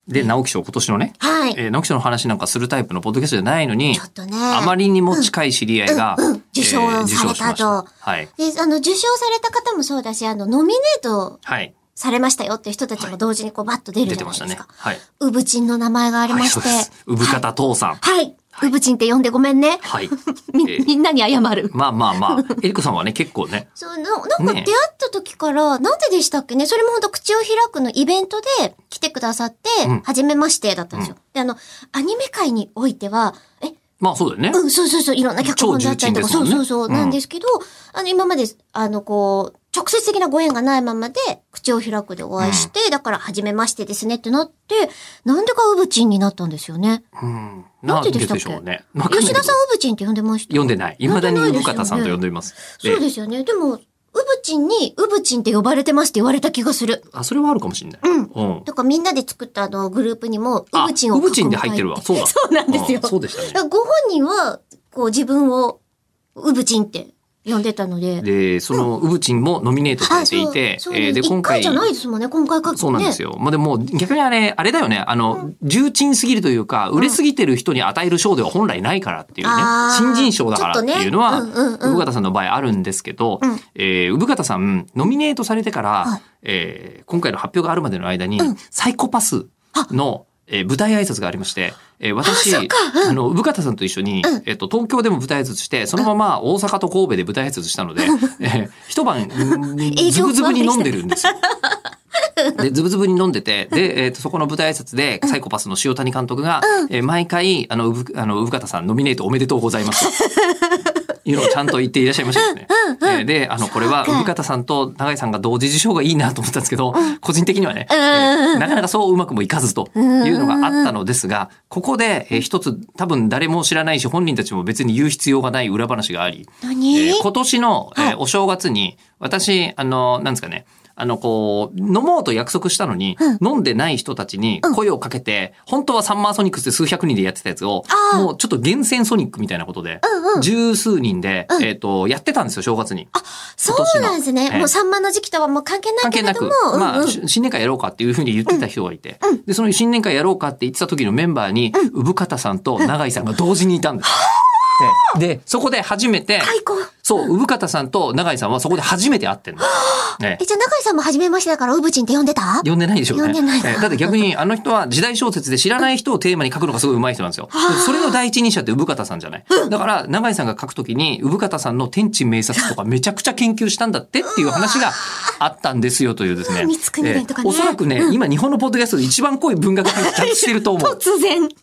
で、直木賞今年のね、 はい。 直木賞の話なんかするタイプのポッドキャストじゃないのに、 ちょっとね。 あまりにも近い知り合いが、 受賞されたと。 はい。 で、受賞された方もそうだし、ノミネートされましたよっていう人たちも同時にこうバッと出るじゃないですか。出てましたね。はい。うぶちんの名前がありまして。はい、 うぶかた父さん。 はい。うぶちんって呼んでごめんね。 はい。 みんなに謝る。 まあ。エリコさんはね、結構ね。 そう、なんか出会った時から、なんででしたっけね。それもほんと口を開くのイベントで来てくださって、初めましてだったんですよ。で、アニメ界においては、 まあそうだよね。 うん、そう。いろんな脚本だったりとか、そう、なんですけど、今まで、直接的なご縁がないままで、口を開くでお会いして、だから、初めましてですねってなって、なんでかうぶちんになったんですよね。なんででしたっけ？吉田さんうぶちんって呼んでました？ 呼んでない。未だにうぶかたさんと呼んでいます。 そうですよね。でも、うぶちんに、うぶちんって呼ばれてますって言われた気がする。 あ、それはあるかもしれない。 とかみんなで作ったグループにも、うぶちんをうぶちんで入ってるわ。そうだ。 そうなんですよ。 そうでしたね。 ご本人は、自分を、うぶちんって呼んでたので。 で、そのうぶちんもノミネートされていて、 で、今回。1回じゃないですもんね、今回書くね。 そうなんですよ。まあ、でも逆にあれだよね。重鎮すぎるというか、売れすぎてる人に与える賞では本来ないからっていうね。新人賞だからっていうのは、うぶかたさんの場合あるんですけど、うぶかたさん、ノミネートされてから、今回の発表があるまでの間に、サイコパスの、舞台挨拶がありまして、私、うぶかたさんと一緒に、東京でも舞台挨拶して、そのまま大阪と神戸で舞台挨拶したので、一晩、ズブズブに飲んでるんですよ。で、ズブズブに飲んでて、で、そこの舞台挨拶で、サイコパスの塩谷監督が、毎回、うぶかたさんノミネートおめでとうございます。いうのをちゃんと言っていらっしゃいましたですね。で、これは、産方さんと永井さんが同時受賞がいいなと思ったんですけど、個人的にはね、なかなかそううまくもいかずというのがあったのですが、ここで、一つ、多分誰も知らないし、本人たちも別に言う必要がない裏話があり、今年の、お正月に、私、なんですかね、飲もうと約束したのに、飲んでない人たちに声をかけて、本当はサンマーソニックスで数百人でやってたやつを、もうちょっと厳選ソニックみたいなことで、十数人で、やってたんですよ、正月に。 そうなんですね。もうサンマの時期とはもう関係ないけれども。 まあ、新年会やろうかっていうふうに言ってた人がいて、で、その新年会やろうかって言ってた時のメンバーに、産方さんと永井さんが同時にいたんです。で、そこで初めて、そう、産方さんと永井さんはそこで初めて会ってんの。 じゃあ永井さんも初めましてだから、うぶちんって呼んでた？ 呼んでないでしょうね。 呼んでない。 だって逆にあの人は時代小説で知らない人をテーマに書くのがすごい上手い人なんですよ。それの第一人者って産方さんじゃない。だから、永井さんが書くときに、産方さんの天地明察とかめちゃくちゃ研究したんだってっていう話があったんですよというですね。 三つ国弁とかね。 おそらくね、今日本のポッドキャストで一番濃い文学がちゃんとしてると思う。 突然。